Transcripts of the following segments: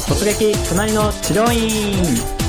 突撃隣の治療院。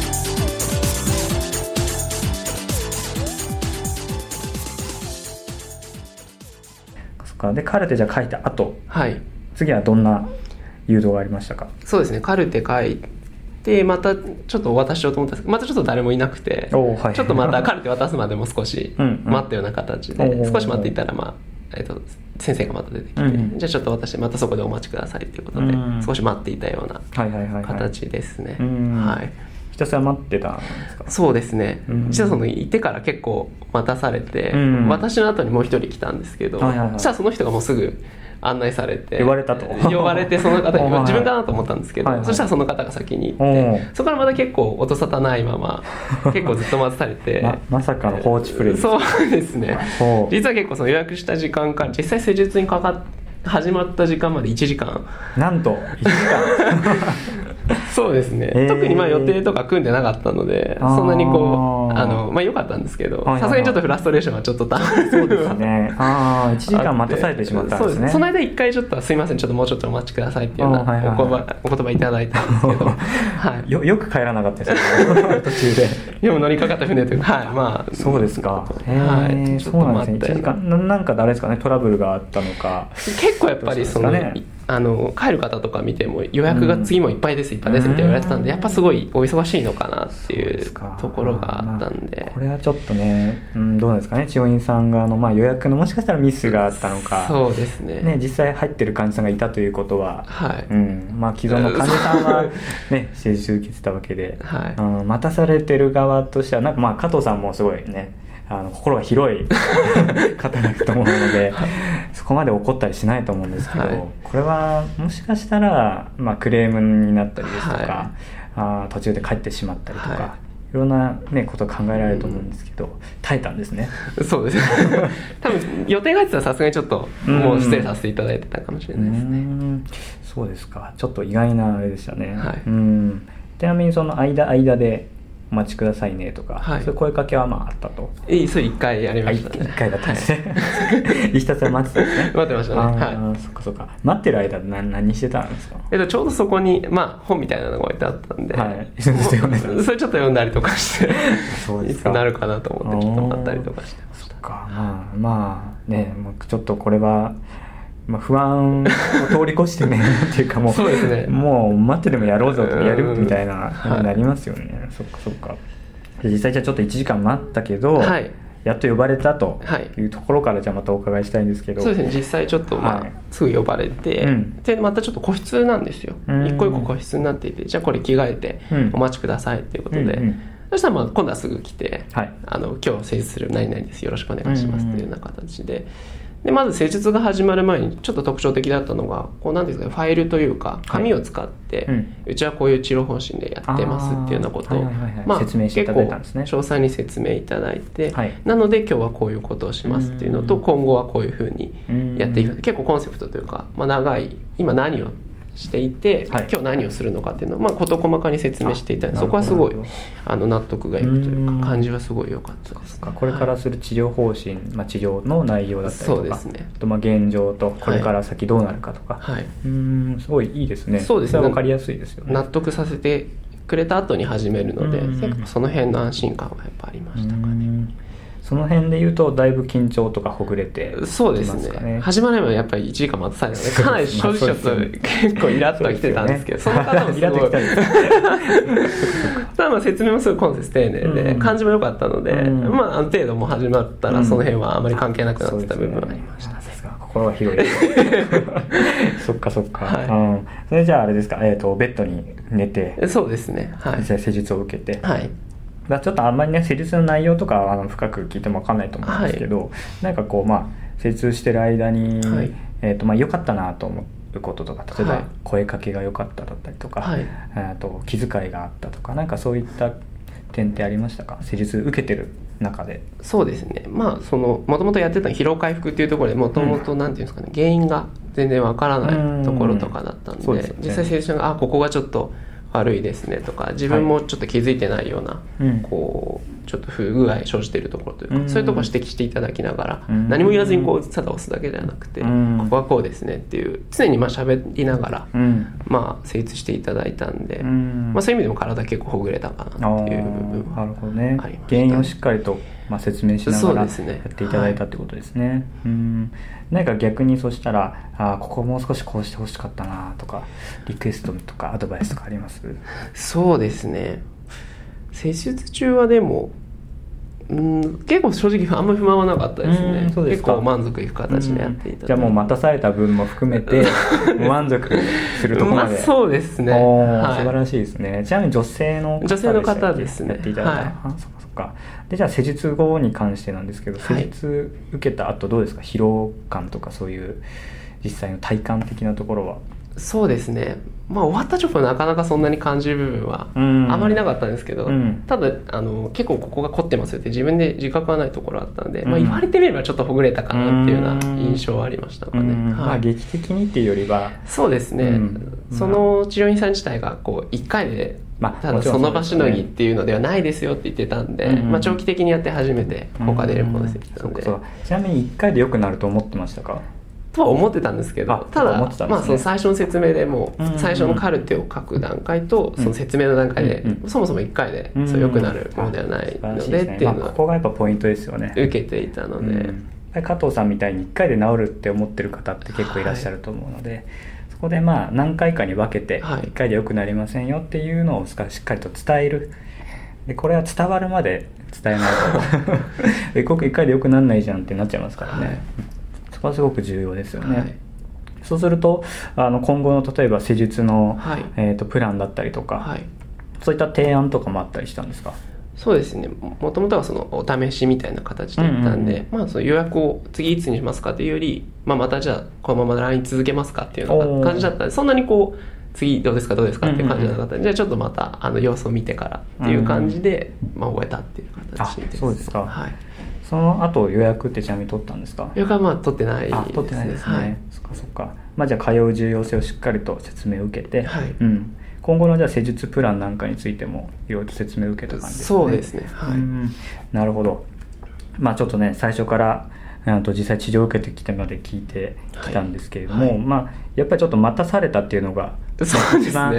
そっか。でカルテじゃ書いた後、 はい、 次はどんな誘導がありましたか？ そうですね、カルテ書いてまたちょっとお渡ししようと思ったんですけど、またちょっと誰もいなくて、 はい、 ちょっとまたカルテ渡すまでも少し待ったような形で、少し待っていたら、先生がまた出てきて、じゃあちょっと私またそこでお待ちくださいということで、少し待っていたような形ですね。はい、 ひたすら待ってたんですか？ そうですね、実はそのいてから結構待たされて、私の後にもう一人来たんでそしたらその人がもうすぐ案内されて、 呼ばれたと呼ばれて、その方に自分かなと思ったんですけど、そしたらその方が先に行って、そこからまた結構音沙汰ないまま結構ずっと待たされてまさかの放置プレイです。 そうですね、実は結構その予約した時間から実際施術にかかって始まった時間まで1時間、 なんと1時間そうですね、特に予定とか組んでなかったので、そんなに良かったんですけど、さすがにちょっとフラストレーションはちょっとそうですね。1時間待たされてしまったんですね。 そうです。その間1回ちょっとすいません、ちょっともうちょっとお待ちくださいっていうようなお言葉いただいたんですけど、はい、 よく帰らなかったですね途中で。 でも乗りかかった船というか、 そうですか。そうなんですね。1時間なんかあれですかね、トラブルがあったのか。 結構やっぱり帰る方とか見ても予約が次もいっぱいですいっぱいですみたいな言われてたんで、やっぱすごいお忙しいのかなっていうところがあったんで、 これはちょっとね、どうなんですかね、治療院さん側の予約のもしかしたらミスがあったのか。 そうですね、 実際入ってる患者さんがいたということは、既存の患者さんはね施術受けてたわけで、待たされてる側としてはなんか加藤さんもすごいね、心が広い方だと思うのでそこまで怒ったりしないと思うんですけど、これはもしかしたら、クレームになったりですとか、途中で帰ってしまったりとか、いろんな、こと考えられると思うんですけど、耐えたんですね。 そうです多分予定が入ってたらさすがにちょっともう失礼させていただいてたかもしれないですね。 そうですか。ちょっと意外なあれでしたね。ちなみにその間でお待ちくださいねとか、そういう声かけはあったと。 それ1回やりましたね。 1回だったんですね。ひたすら待ってたんですね。 待ってましたね。 そっか。待ってる間何してたんですか？ ちょうどそこに本みたいなのが置いてあったんで、それちょっと読んだりとかしていつなるかなと思ってちょっと待ったりとかしてました。 そっか。ちょっとこれは不安を通り越してねっていうかもう、 そうですね、 もう待ってでもやろうぞとやるみたいな感じになりますよね。そっか。実際じゃあちょっと1時間待ったけど、やっと呼ばれたというところからじゃあまたお伺いしたいんですけど。 そうですね、実際ちょっとすぐ呼ばれて、でまたちょっと個室なんですよ。一個一個個室になっていて、じゃあこれ着替えてお待ちくださいっていうことで、そしたら今度はすぐ来て、今日施術する何々です、よろしくお願いしますというような形で。でまず施術が始まる前にちょっと特徴的だったのが、何ていうんですかね、ファイルというか紙を使って、うちはこういう治療方針でやってますっていうようなことを説明していただいたんですね。 結構詳細に説明いただいて、なので今日はこういうことをしますっていうのと、今後はこういうふうにやっていく、結構コンセプトというか、長い今何をしていて、今日何をするのかっていうのを事細かに説明していたので、そこはすごい納得がいくというか感じはすごい良かったですね。 これからする治療方針、治療の内容だったりとか、 そうですね、 あと現状とこれから先どうなるかとか、すごいいいですね。 そうですね、 分かりやすいですよね。 納得させてくれた後に始めるので、結構その辺の安心感はやっぱありましたかね。 その辺で言うとだいぶ緊張とかほぐれてきますかね。 そうですね、始まる前はやっぱり1時間待たされたので、かなり正直ちょっと結構イラッときてたんですけど、その方もすごいただ説明もすごい親切丁寧で、感じも良かったので、ある程度もう始まったらその辺はあまり関係なくなってた部分はありました。 心が広いそっか、それじゃああれですか、ベッドに寝て、 そうですね、 実際施術を受けて、ちょっとあんまりね施術の内容とかは深く聞いても分かんないと思うんですけど、なんか施術してる間に良かったなと思うこととか、例えば声かけが良かっただったりとか、あと気遣いがあったとか、なんかそういった点ってありましたか、施術受けてる中で。 そうですね、もともとやってた疲労回復っていうところでもともとなんていうんですかね、原因が全然わからないところとかだったんで、実際施術がここがちょっと悪いですねとか、自分もちょっと気づいてないような、こうちょっと不具合生じているところというか、そういうところを指摘していただきながら、何も言わずにこうただ押すだけではなくて、ここはこうですねっていう常に喋りながら、成立していただいたんで、そういう意味でも体結構ほぐれたかなっていう部分はありましたね。 原因をしっかりと説明しながらやっていただいたってことですね。何か逆にそしたらここもう少しこうしてほしかったなとか、リクエストとかアドバイスとかあります？ そうですね、施術中はでも結構正直あんまり不満はなかったですね。結構満足いく形でやっていた。 じゃあもう待たされた分も含めて満足するところまでそうですね、 素晴らしいですね。ちなみに女性の方ですね、 やっていただいたら、そっか。でじゃあ施術後に関してなんですけど、施術受けた後どうですか？疲労感とかそういう実際の体感的なところは。 そうですね、終わった直後なかなかそんなに感じる部分はあまりなかったんですけど、ただ結構ここが凝ってますよって自分で自覚はないところあったので、言われてみればちょっとほぐれたかなっていうような印象はありましたかね。 劇的にっていうよりはそうですね、その治療院さん自体がこう1回でただその場しのぎっていうのではないですよって言ってたんで、長期的にやって初めて効果出るものができたんで。 ちなみに1回で良くなると思ってましたか？ とは思ってたんですけど、ただその最初の説明でも最初のカルテを書く段階とその説明の段階でそもそも1回で良くなるものではないのでっていうのはここがやっぱポイントですよね。 受けていたので、 加藤さんみたいに1回で治るって思ってる方って結構いらっしゃると思うので、そこで何回かに分けて1回で良くなりませんよっていうのをしっかりと伝える。でこれは伝わるまで伝えないと1回で良くならないじゃんってなっちゃいますからね。そこはすごく重要ですよね。そうすると今後の例えば施術の、プランだったりとか、そういった提案とかもあったりしたんですか？ そうですね、もともとはそのお試しみたいな形で行ったんで、その予約を次いつにしますかというより、またじゃあこのまま LINE 続けますかっていうような感じだったんで、そんなにこう次どうですかっていう感じじゃなかったんで、じゃあちょっとまた様子を見てからっていう感じで、終えたっていう形です。 そうですか。その後予約ってちなみに取ったんですか？ 予約は取ってないですね。 取ってないですね。そっか。じゃあ通う重要性をしっかりと説明を受けて、今後のじゃあ施術プランなんかについてもいろいろと説明を受けた感じですね。 そうですね。 なるほど。ちょっとね最初から実際治療を受けてきたので聞いてきたんですけれども、やっぱりちょっと待たされたっていうのが一番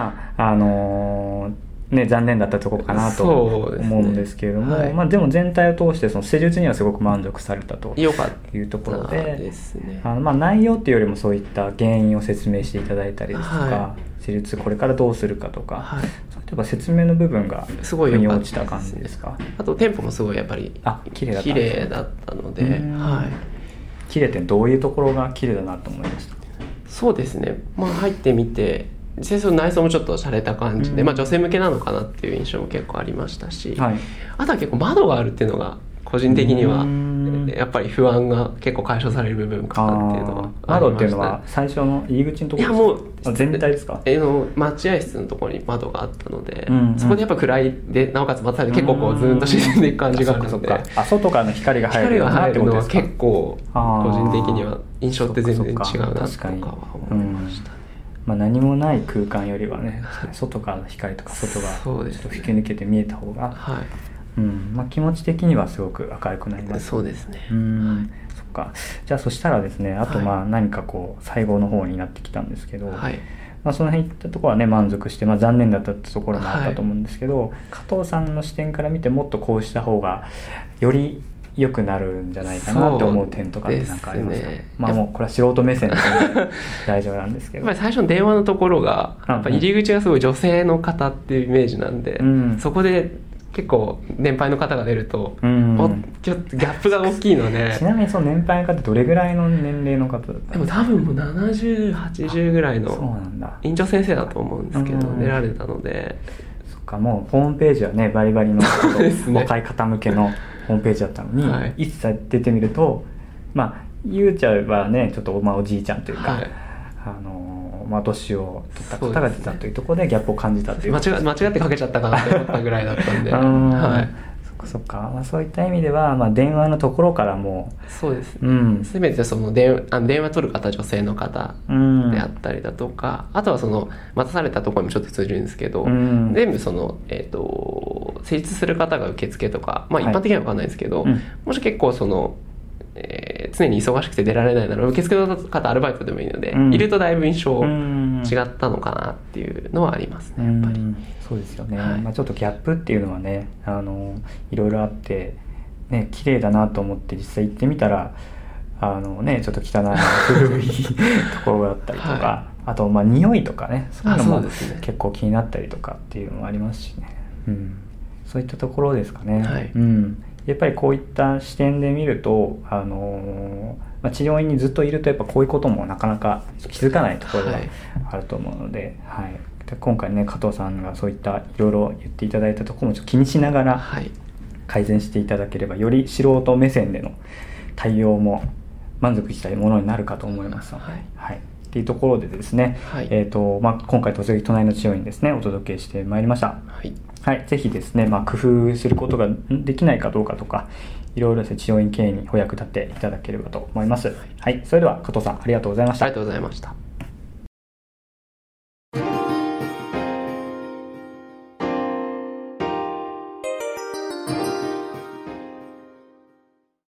残念だったところかなと思うんですけれども、でも全体を通してその施術にはすごく満足されたというところで、内容っていうよりもそういった原因を説明していただいたりですとか、施術これからどうするかとか、例えば説明の部分が腑に落ちた感じですか？ あとテンポもすごいやっぱり綺麗だったので、 綺麗ってどういうところが綺麗だなと思いました？ そうですね、入ってみて実際内装もちょっと洒落た感じで、女性向けなのかなっていう印象も結構ありましたし、あとは結構窓があるっていうのが個人的にはやっぱり不安が結構解消される部分かなっていうのはありました。 窓っていうのは最初の入り口のところですか？いやもう全体ですか？ 待合室のところに窓があったので、そこでやっぱ暗いでなおかつまた結構こうズーンと沈んでいく感じがあるので、 外からの光が入るなってことですか？ 結構個人的には印象って全然違うなとかは思いましたね。 何もない空間よりはね、外からの光とか外がちょっと吹き抜けて見えた方が、気持ち的にはすごく明るくなります。 そうですね。 そっか。じゃあそしたらですね、あと何かこう最後の方になってきたんですけど、その辺いったところはね満足して、残念だったところもあったと思うんですけど、加藤さんの視点から見てもっとこうした方がより良くなるんじゃないかなって思う点とかって何かありますか？もうこれは素人目線で大丈夫なんですけど、 やっぱり最初の電話のところがやっぱ入り口がすごい女性の方っていうイメージなんで、そこで結構年配の方が出ると、ちょっとギャップが大きいので。 ちなみにその年配の方ってどれぐらいの年齢の方だったんですか？ でも多分もう70、80ぐらいの院長先生だと思うんですけど、出られたので。 そっか、もうホームページはねバリバリの若い方向けのホームページだったのに、いざ出てみるとゆうちゃんはねちょっとおじいちゃんというか、年を取った方が出たというところでギャップを感じたという。 間違ってかけちゃったかなと思ったぐらいだったんで、 そっそっか、まあ、そういった意味では、まあ、電話のところからもそうですね、全てその電話取る方、女性の方であったりだとか、あとはその待たされたところにもちょっと通じるんですけど、全部その、施術する方が受付とか、まあ、一般的には分かんないですけど、もし結構その、常に忙しくて出られないなら受付の方アルバイトでもいいので、いるとだいぶ印象違ったのかなっていうのはありますね、やっぱり。 そうですよね、まあ、ちょっとギャップっていうのはね、いろいろあってね、綺麗だなと思って実際行ってみたらちょっと汚い古いところだったりとか、あとまあ匂いとかね、そういうのも結構気になったりとかっていうのもありますしね、そういったところですかね、やっぱりこういった視点で見ると、まあ、治療院にずっといるとやっぱこういうこともなかなか気づかないところがあると思うので、で今回ね加藤さんがそういったいろいろ言っていただいたところもちょっと気にしながら改善していただければ、より素人目線での対応も満足したいものになるかと思いますので、っていうところでですね、まあ、今回突撃隣の治療院ですねお届けしてまいりました。ぜひですね、まあ、工夫することができないかどうかとか、いろいろですね治療院経営にお役立ていただければと思います。それでは加藤さんありがとうございました。 ありがとうございました。